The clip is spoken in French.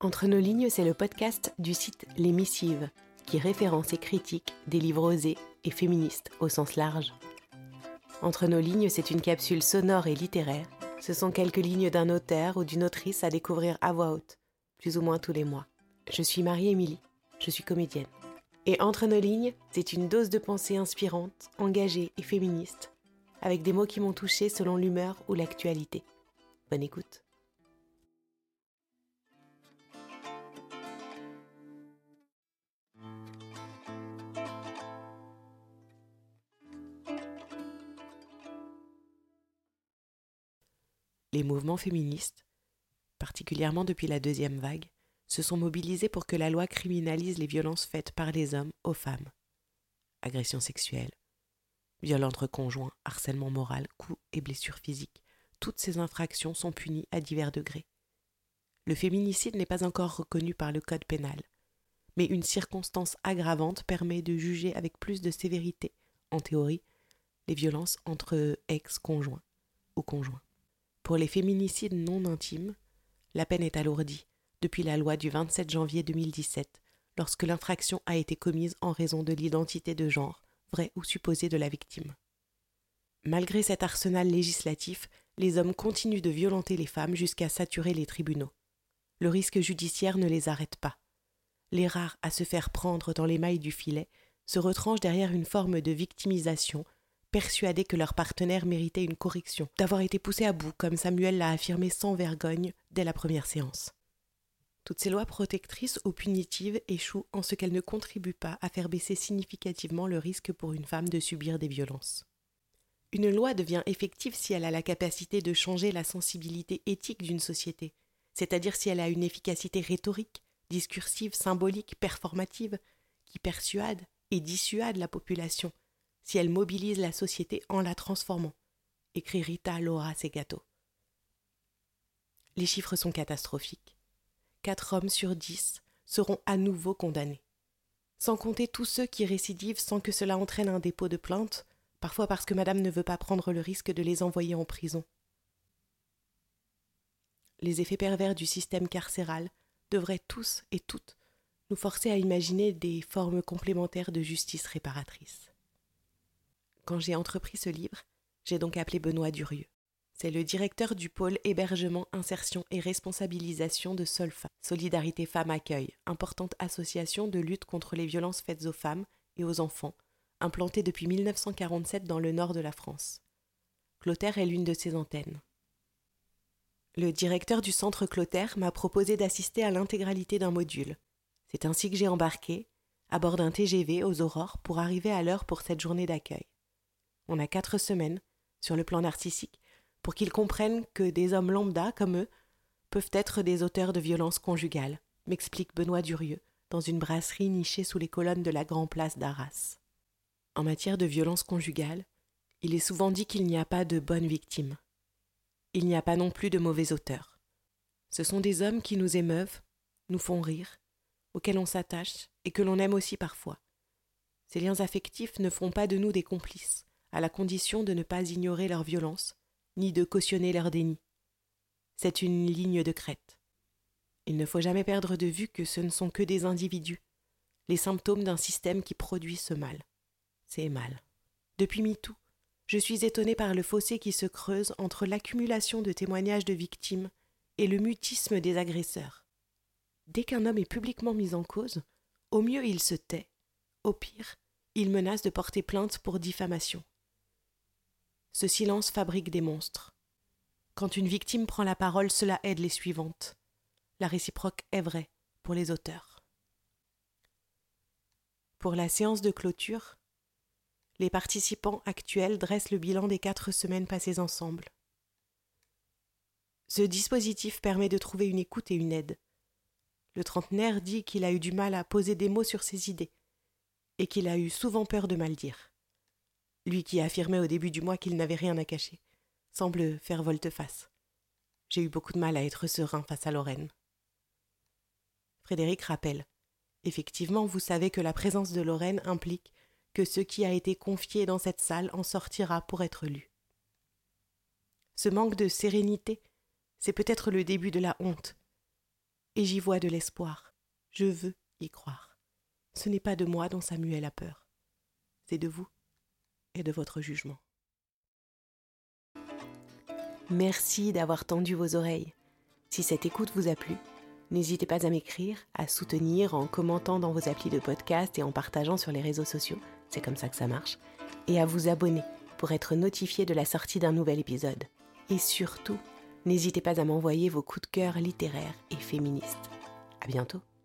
Entre nos lignes, c'est le podcast du site Les Missives, qui référence et critique des livres osés et féministes au sens large. Entre nos lignes, c'est une capsule sonore et littéraire. Ce sont quelques lignes d'un auteur ou d'une autrice à découvrir à voix haute, plus ou moins tous les mois. Je suis Marie-Émilie, je suis comédienne. Et Entre nos lignes, c'est une dose de pensée inspirante, engagée et féministe, avec des mots qui m'ont touchée selon l'humeur ou l'actualité. Bonne écoute. Les mouvements féministes, particulièrement depuis la deuxième vague, se sont mobilisés pour que la loi criminalise les violences faites par les hommes aux femmes. Agressions sexuelles, viols entre conjoints, harcèlement moral, coups et blessures physiques, toutes ces infractions sont punies à divers degrés. Le féminicide n'est pas encore reconnu par le code pénal, mais une circonstance aggravante permet de juger avec plus de sévérité, en théorie, les violences entre ex-conjoints ou conjoints. Pour les féminicides non intimes, la peine est alourdie depuis la loi du 27 janvier 2017, lorsque l'infraction a été commise en raison de l'identité de genre, vraie ou supposée de la victime. Malgré cet arsenal législatif, les hommes continuent de violenter les femmes jusqu'à saturer les tribunaux. Le risque judiciaire ne les arrête pas. Les rares à se faire prendre dans les mailles du filet se retranchent derrière une forme de victimisation, persuadés que leur partenaire méritait une correction, d'avoir été poussé à bout, comme Samuel l'a affirmé sans vergogne dès la première séance. Toutes ces lois protectrices ou punitives échouent en ce qu'elles ne contribuent pas à faire baisser significativement le risque pour une femme de subir des violences. Une loi devient effective si elle a la capacité de changer la sensibilité éthique d'une société, c'est-à-dire si elle a une efficacité rhétorique, discursive, symbolique, performative, qui persuade et dissuade la population, si elle mobilise la société en la transformant, écrit Rita Laura Segato. Les chiffres sont catastrophiques. 4 hommes sur 10 seront à nouveau condamnés. Sans compter tous ceux qui récidivent sans que cela entraîne un dépôt de plainte, parfois parce que madame ne veut pas prendre le risque de les envoyer en prison. Les effets pervers du système carcéral devraient tous et toutes nous forcer à imaginer des formes complémentaires de justice réparatrice. Quand j'ai entrepris ce livre, j'ai donc appelé Benoît Durieux. C'est le directeur du pôle hébergement, insertion et responsabilisation de Solfa, Solidarité Femmes Accueil, importante association de lutte contre les violences faites aux femmes et aux enfants, implantée depuis 1947 dans le nord de la France. Clotaire est l'une de ses antennes. Le directeur du centre Clotaire m'a proposé d'assister à l'intégralité d'un module. C'est ainsi que j'ai embarqué, à bord d'un TGV aux Aurores, pour arriver à l'heure pour cette journée d'accueil. On a 4 semaines, sur le plan narcissique, pour qu'ils comprennent que des hommes lambda, comme eux, peuvent être des auteurs de violences conjugales, m'explique Benoît Durieux, dans une brasserie nichée sous les colonnes de la Grand Place d'Arras. En matière de violences conjugales, il est souvent dit qu'il n'y a pas de bonnes victimes. Il n'y a pas non plus de mauvais auteurs. Ce sont des hommes qui nous émeuvent, nous font rire, auxquels on s'attache et que l'on aime aussi parfois. Ces liens affectifs ne font pas de nous des complices, à la condition de ne pas ignorer leur violence, ni de cautionner leur déni. C'est une ligne de crête. Il ne faut jamais perdre de vue que ce ne sont que des individus, les symptômes d'un système qui produit ce mal. C'est mal. Depuis MeToo, je suis étonnée par le fossé qui se creuse entre l'accumulation de témoignages de victimes et le mutisme des agresseurs. Dès qu'un homme est publiquement mis en cause, au mieux il se tait, au pire, il menace de porter plainte pour diffamation. Ce silence fabrique des monstres. Quand une victime prend la parole, cela aide les suivantes. La réciproque est vraie pour les auteurs. Pour la séance de clôture, les participants actuels dressent le bilan des 4 semaines passées ensemble. Ce dispositif permet de trouver une écoute et une aide. Le trentenaire dit qu'il a eu du mal à poser des mots sur ses idées et qu'il a eu souvent peur de mal dire. Lui qui affirmait au début du mois qu'il n'avait rien à cacher, semble faire volte-face. J'ai eu beaucoup de mal à être serein face à Lorraine. Frédéric rappelle. Effectivement, vous savez que la présence de Lorraine implique que ce qui a été confié dans cette salle en sortira pour être lu. Ce manque de sérénité, c'est peut-être le début de la honte. et j'y vois de l'espoir. Je veux y croire. Ce n'est pas de moi dont Samuel a peur. C'est de vous et de votre jugement. Merci d'avoir tendu vos oreilles. Si cette écoute vous a plu, n'hésitez pas à m'écrire, à soutenir en commentant dans vos applis de podcast et en partageant sur les réseaux sociaux, c'est comme ça que ça marche, et à vous abonner pour être notifié de la sortie d'un nouvel épisode. Et surtout, n'hésitez pas à m'envoyer vos coups de cœur littéraires et féministes. À bientôt.